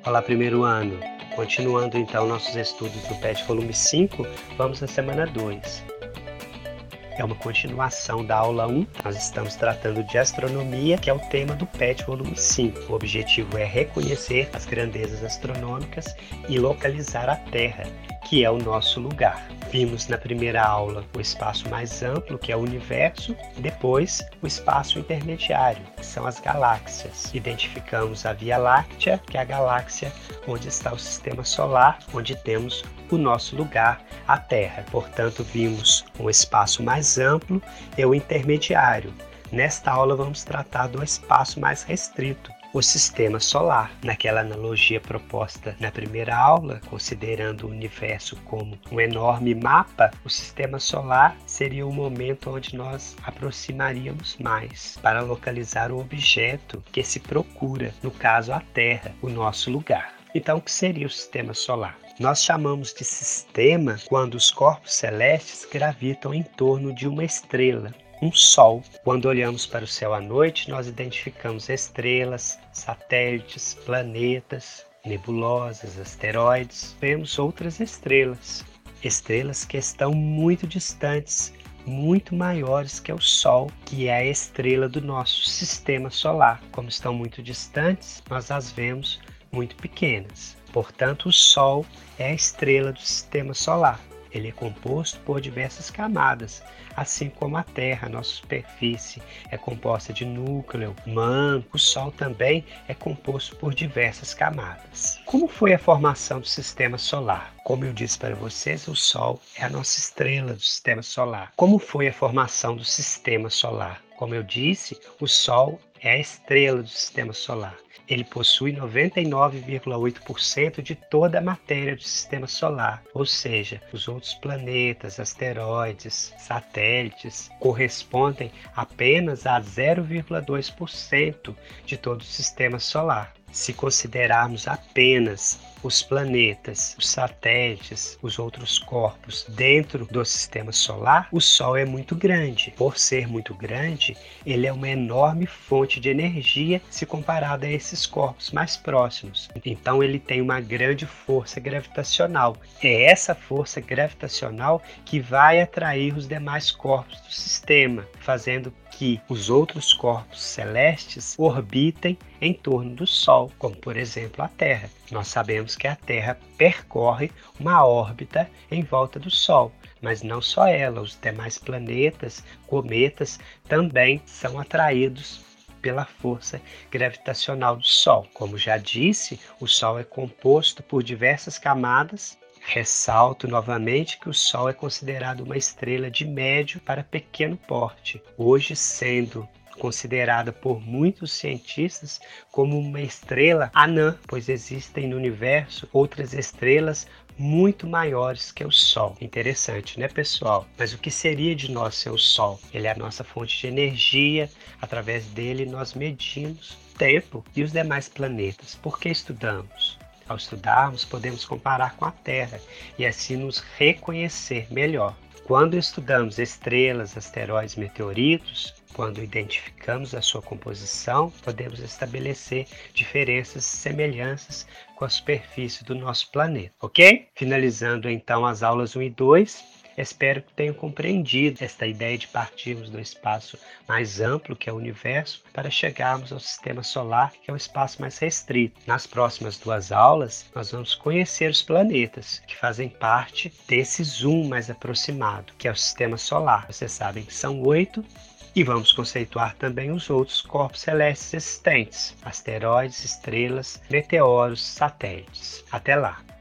Olá, primeiro ano! Continuando então nossos estudos do PET volume 5, vamos à semana 2. É uma continuação da aula 1, nós estamos tratando de astronomia, que é o tema do PET volume 5. O objetivo é reconhecer as grandezas astronômicas e localizar a Terra, que é o nosso lugar. Vimos na primeira aula o espaço mais amplo, que é o universo, e depois o espaço intermediário, que são as galáxias. Identificamos a Via Láctea, que é a galáxia onde está o sistema solar, onde temos o nosso lugar, a Terra. Portanto, vimos um espaço mais amplo e o intermediário. Nesta aula vamos tratar do espaço mais restrito, o sistema solar. Naquela analogia proposta na primeira aula, considerando o universo como um enorme mapa, o sistema solar seria o momento onde nós aproximaríamos mais para localizar o objeto que se procura, no caso a Terra, o nosso lugar. Então, o que seria o sistema solar? Nós chamamos de sistema quando os corpos celestes gravitam em torno de uma estrela, um Sol. Quando olhamos para o céu à noite, nós identificamos estrelas, satélites, planetas, nebulosas, asteroides. Vemos outras estrelas que estão muito distantes, muito maiores que o Sol, que é a estrela do nosso sistema solar. Como estão muito distantes, nós as vemos muito pequenas. Portanto, o Sol é a estrela do sistema solar. Ele é composto por diversas camadas, assim como a Terra, nossa superfície, é composta de núcleo, manto. O Sol também é composto por diversas camadas. Como foi a formação do sistema solar? Como eu disse para vocês, o Sol é a nossa estrela do sistema solar. Como foi a formação do sistema solar? Como eu disse, o Sol é a estrela do sistema solar. Ele possui 99,8% de toda a matéria do sistema solar, ou seja, os outros planetas, asteroides, satélites correspondem apenas a 0,2% de todo o sistema solar. Se considerarmos apenas os planetas, os satélites, os outros corpos dentro do sistema solar, o Sol é muito grande. Por ser muito grande, ele é uma enorme fonte de energia se comparado a esses corpos mais próximos. Então ele tem uma grande força gravitacional. É essa força gravitacional que vai atrair os demais corpos do sistema, fazendo que os outros corpos celestes orbitem em torno do Sol, como por exemplo a Terra. Nós sabemos que a Terra percorre uma órbita em volta do Sol, mas não só ela, os demais planetas, cometas, também são atraídos pela força gravitacional do Sol. Como já disse, o Sol é composto por diversas camadas. Ressalto novamente que o Sol é considerado uma estrela de médio para pequeno porte, hoje sendo considerada por muitos cientistas como uma estrela anã, pois existem no universo outras estrelas muito maiores que o Sol. Interessante, né, pessoal? Mas o que seria de nós sem o Sol? Ele é a nossa fonte de energia, através dele nós medimos o tempo e os demais planetas. Por que estudamos? Ao estudarmos, podemos comparar com a Terra e assim nos reconhecer melhor. Quando estudamos estrelas, asteroides, meteoritos, quando identificamos a sua composição, podemos estabelecer diferenças e semelhanças com a superfície do nosso planeta, ok? Finalizando então as aulas 1 e 2. Espero que tenham compreendido esta ideia de partirmos do espaço mais amplo, que é o universo, para chegarmos ao sistema solar, que é o espaço mais restrito. Nas próximas 2 aulas, nós vamos conhecer os planetas, que fazem parte desse zoom mais aproximado, que é o sistema solar. Vocês sabem que são 8, e vamos conceituar também os outros corpos celestes existentes: asteroides, estrelas, meteoros, satélites. Até lá!